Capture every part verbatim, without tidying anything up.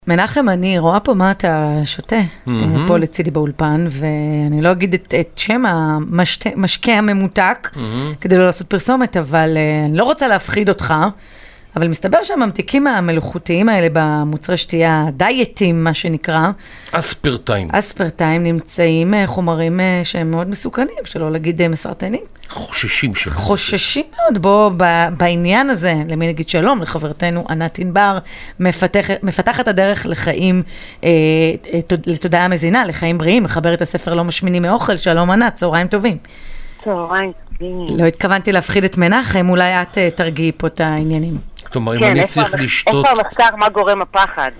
מנחם, אני רואה פה מה אתה שותה, mm-hmm. פה לצידי באולפן, ואני לא אגיד את, את שם המשקה הממותק, mm-hmm. כדי לא לעשות פרסומת, אבל אני לא רוצה להפחיד אותך, אבל מסתבר שהממתיקים המלאכותיים האלה במוצרי שתייה, דייטים, מה שנקרא, אספרטיים. אספרטיים נמצאים חומרים שהם מאוד מסוכנים, שלא להגיד מסרטנים. חוששים שבזה. חוששים מאוד. בוא, בעניין הזה, למי נגיד שלום, לחברתנו ענת ענבר, מפתחת, מפתחת הדרך לחיים, אה, לתודעה מזינה, לחיים בריאים, מחברת הספר לא משמינים מאוכל. שלום ענת, צהריים טובים. צהריים טובים. לא התכוונתי להפחיד את מנחם, אולי את תרגיעי פה את העניינים. כלומר, אם אני צריך לשתות... איפה המחקר מה גורם הפחד?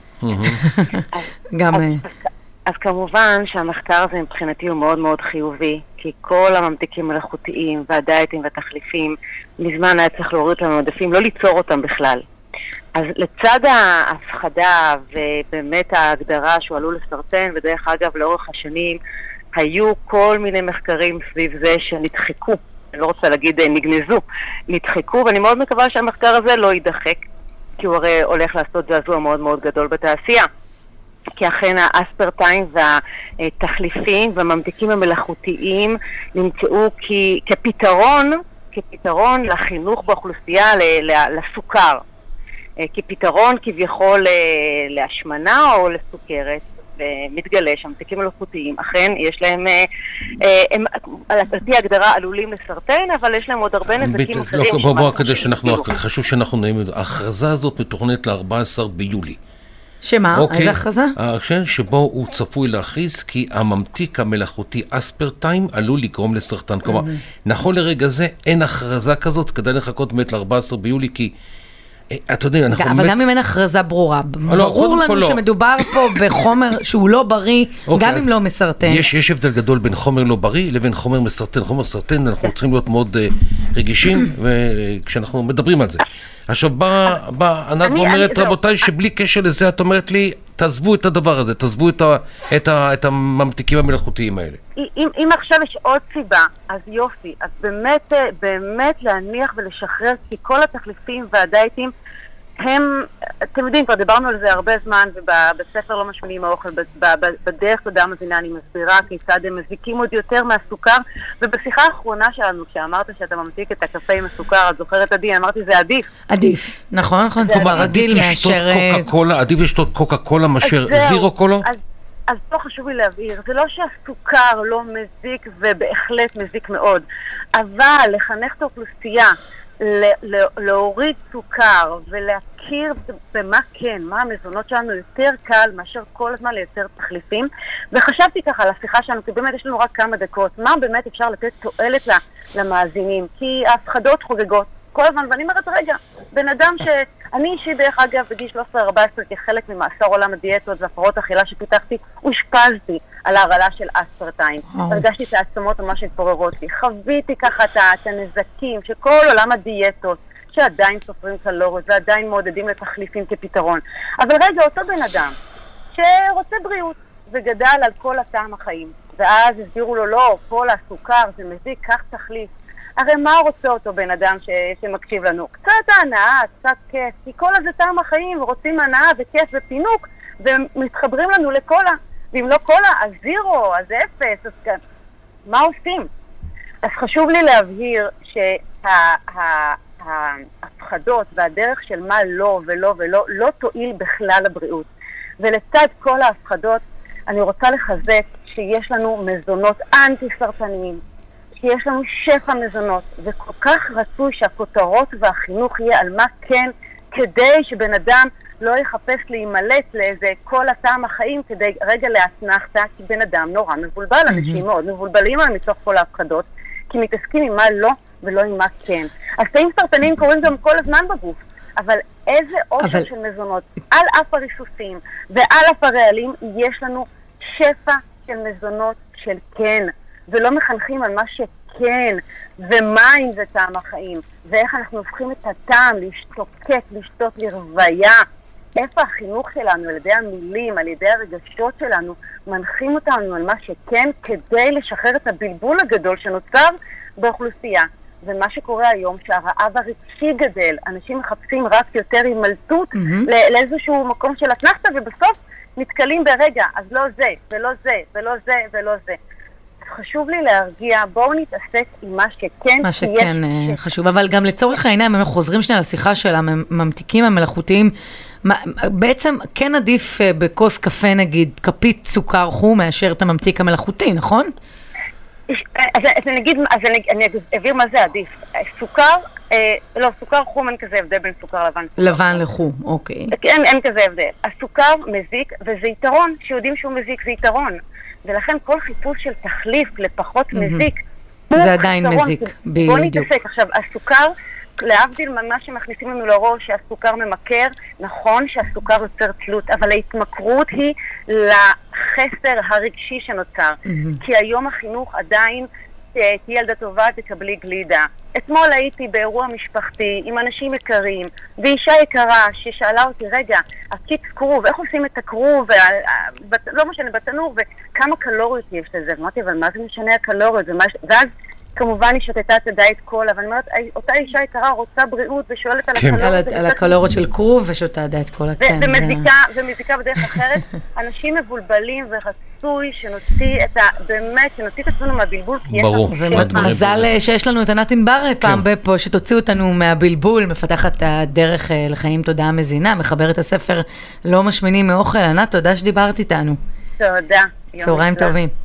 גם... אז כמובן שהמחקר הזה מבחינתי הוא מאוד מאוד חיובי, כי כל הממתיקים מלאכותיים והדייטים והתחליפים, מזמן היה צריך להוריד אותם במדפים, לא ליצור אותם בכלל. אז לצד ההפחדה ובאמת ההגדרה שהוא עלול לסרטן, ודרך אגב לאורך השנים, היו כל מיני מחקרים סביב זה שנדחקו, אני לא רוצה להגיד נגנזו, נדחקו, ואני מאוד מקווה שהמחקר הזה לא יידחק, כי הוא הרי הולך לעשות זעזוע מאוד מאוד גדול בתעשייה. כי אכן האספרטיים והתחליפים והממתיקים המלאכותיים נמצאו כי, כפתרון, כפתרון לחינוך באוכלוסייה לסוכר, כפתרון כביכול להשמנה או לסוכרת, ומתגלה שהממתיקים מלאכותיים אכן יש להם, הם על פי הגדרה עלולים לסרטן, אבל יש להם עוד הרבה נזקים אחרים. בוא בוא כדי שאנחנו, חשוב שאנחנו נעים, ההכרזה הזאת מתוכננת ל-ארבעה עשר ביולי. שמה? אוקיי. איזה הכרזה? כן, שבו הוא צפוי להכריז כי הממתיק המלאכותי אספרטיים עלול לגרום לסרטן. כלומר, mm-hmm. נכון לרגע זה אין הכרזה כזאת, כדאי לחכות באמת ל-ארבעה עשר ביולי, כי אתה יודע, אנחנו אבל באמת... גם אם אין הכרזה ברורה, לא, ברור לנו לא. שמדובר פה בחומר שהוא לא בריא, אוקיי, גם אם לא מסרטן. יש, יש הבדל גדול בין חומר לא בריא לבין חומר מסרטן. חומר מסרטן, אנחנו צריכים להיות מאוד uh, רגישים, וכשאנחנו מדברים על זה. עכשיו באה בא, ענת ואומרת, רבותיי, שבלי קשר לזה, את אומרת לי, תעזבו את הדבר הזה, תעזבו את, ה, את, ה, את הממתיקים המלאכותיים האלה. אם, אם עכשיו יש עוד סיבה, אז יופי, אז באמת, באמת להניח ולשחרר, כי כל התחליפים והדייטים, הם, אתם יודעים, כבר דיברנו על זה הרבה זמן, ובספר לא משמינים האוכל, בדרך תודעה מזינה אני מסבירה כיצד הם מזיקים עוד יותר מהסוכר, ובשיחה האחרונה שלנו, כשאמרת שאתה ממתיק את הקפה עם הסוכר, את זוכרת עדי, אמרתי זה עדיף. עדיף, נכון, נכון, זה רגיל מאשר... עדיף לשתות קוקה קולה מאשר זירו קולה? אז פה חשוב לי להבהיר, זה לא שהסוכר לא מזיק ובהחלט מזיק מאוד, אבל לחנך את האוכלוסייה, להוריד סוכר ולהכיר במה כן, מה המזונות שלנו יותר קל מאשר כל הזמן לייצר תחליפים. וחשבתי ככה על השיחה שלנו, כי באמת יש לנו רק כמה דקות, מה באמת אפשר לתת תועלת למאזינים, כי ההפחדות חוגגות כל הזמן, ואני אומרת רגע, בן אדם שאני אישי דרך אגב בגיל שלוש עשרה ארבע עשרה כחלק ממאסר עולם הדיאטות והפרעות אכילה שפיתחתי, הושפזתי על ההרעלה של אספרטיים. הרגשתי את העצמות ממש התפוררות לי, חוויתי ככה את הנזקים שכל עולם הדיאטות שעדיין סופרים קלוריות ועדיין מעודדים לתחליפים כפתרון. אבל רגע, אותו בן אדם שרוצה בריאות וגדל על כל הטעם החיים, ואז הסבירו לו לא, כל הסוכר זה מזיק, כך תחליף. הרי מה רוצה אותו בן אדם ש... שמקשיב לנו? קצת הנאה, קצת כיף, כי כל הזה טעם החיים, ורוצים הנאה וכיף ופינוק, ומתחברים לנו לקולה. ואם לא קולה, אז זירו, אז אפס, אז כאן. מה עושים? אז חשוב לי להבהיר שההפחדות והדרך של מה לא ולא ולא, לא תועיל בכלל לבריאות. ולצד כל ההפחדות, אני רוצה לחזק שיש לנו מזונות אנטי-סרטניים, שיש לנו שפע מזונות, וכל כך רצוי שהכותרות והחינוך יהיה על מה כן, כדי שבן אדם לא יחפש להימלט לאיזה כל הטעם החיים, כדי רגע להצנחתה, כי בן אדם נורא מבולבל, אנשים מאוד מבולבלים על מתוך כל ההפחדות, כי מתעסקים עם מה לא ולא עם מה כן. אז תאים סרטניים קורים גם כל הזמן בגוף, אבל איזה עושר אבל... של מזונות, על אף הריסוסים ועל אף הרעלים, יש לנו שפע של מזונות של כן, ולא מחנכים על מה שכן, ומה אם זה טעם החיים, ואיך אנחנו הופכים את הטעם להשתוקק, לשתות לרוויה. איפה החינוך שלנו, על ידי המילים, על ידי הרגשות שלנו, מנחים אותנו על מה שכן, כדי לשחרר את הבלבול הגדול שנוצר באוכלוסייה. ומה שקורה היום, שהרעב הרגשי גדל, אנשים מחפשים רק יותר הימלטות mm-hmm. לאיזשהו מקום של אתנחתא, ובסוף נתקלים ברגע, אז לא זה, ולא זה, ולא זה, ולא זה. חשוב לי להרגיע, בואו נתעסק עם מה שכן. מה שכן ש... חשוב, אבל גם לצורך העניין, אם אנחנו חוזרים שנייה לשיחה של הממתיקים המלאכותיים, בעצם כן עדיף בכוס קפה נגיד, כפית סוכר חום, מאשר את הממתיק המלאכותי, נכון? אז, אז אני אגיד, אז אני, אני אעביר מה זה עדיף. סוכר, אה, לא, סוכר חום אין כזה הבדל בין סוכר לבן. לבן לחום, אוקיי. אין, אין כזה הבדל. הסוכר מזיק, וזה יתרון, שיודעים שהוא מזיק, זה יתרון. ולכן כל חיפוש של תחליף לפחות mm-hmm. מזיק, זה עדיין מזיק, בדיוק. בוא נתעסק. עכשיו, הסוכר, להבדיל ממה שמכניסים לנו לראש שהסוכר ממכר, נכון שהסוכר יוצר תלות, אבל ההתמכרות היא לחסר הרגשי שנוצר. Mm-hmm. כי היום החינוך עדיין, תהיה ילדה טובה, תקבלי גלידה. אתמול הייתי באירוע משפחתי עם אנשים יקרים, ואישה יקרה ששאלה אותי, רגע, הקיץ כרוב, איך עושים את הכרוב, לא משנה, בתנור, וכמה קלוריות יש לזה? אמרתי, אבל מה זה משנה הקלוריות? ואז כמובן היא שתתה את הדיאט קולה, אבל אני אומרת, אותה אישה יקרה רוצה בריאות ושואלת על הקלוריות. על הקלוריות של כרוב ושותה דיאט קולה, כן. ומזיקה בדרך אחרת, אנשים מבולבלים ורצוי שנוציא את ה... באמת, שנוציא את עצמנו מהבלבול. ברור. ומזל שיש לנו את ענת ענבר פעם בפה, שתוציא אותנו מהבלבול, מפתחת את הדרך לחיים תודעה מזינה, מחברת הספר לא משמינים מאוכל. ענת, תודה שדיברת איתנו. תודה. צהריים טובים.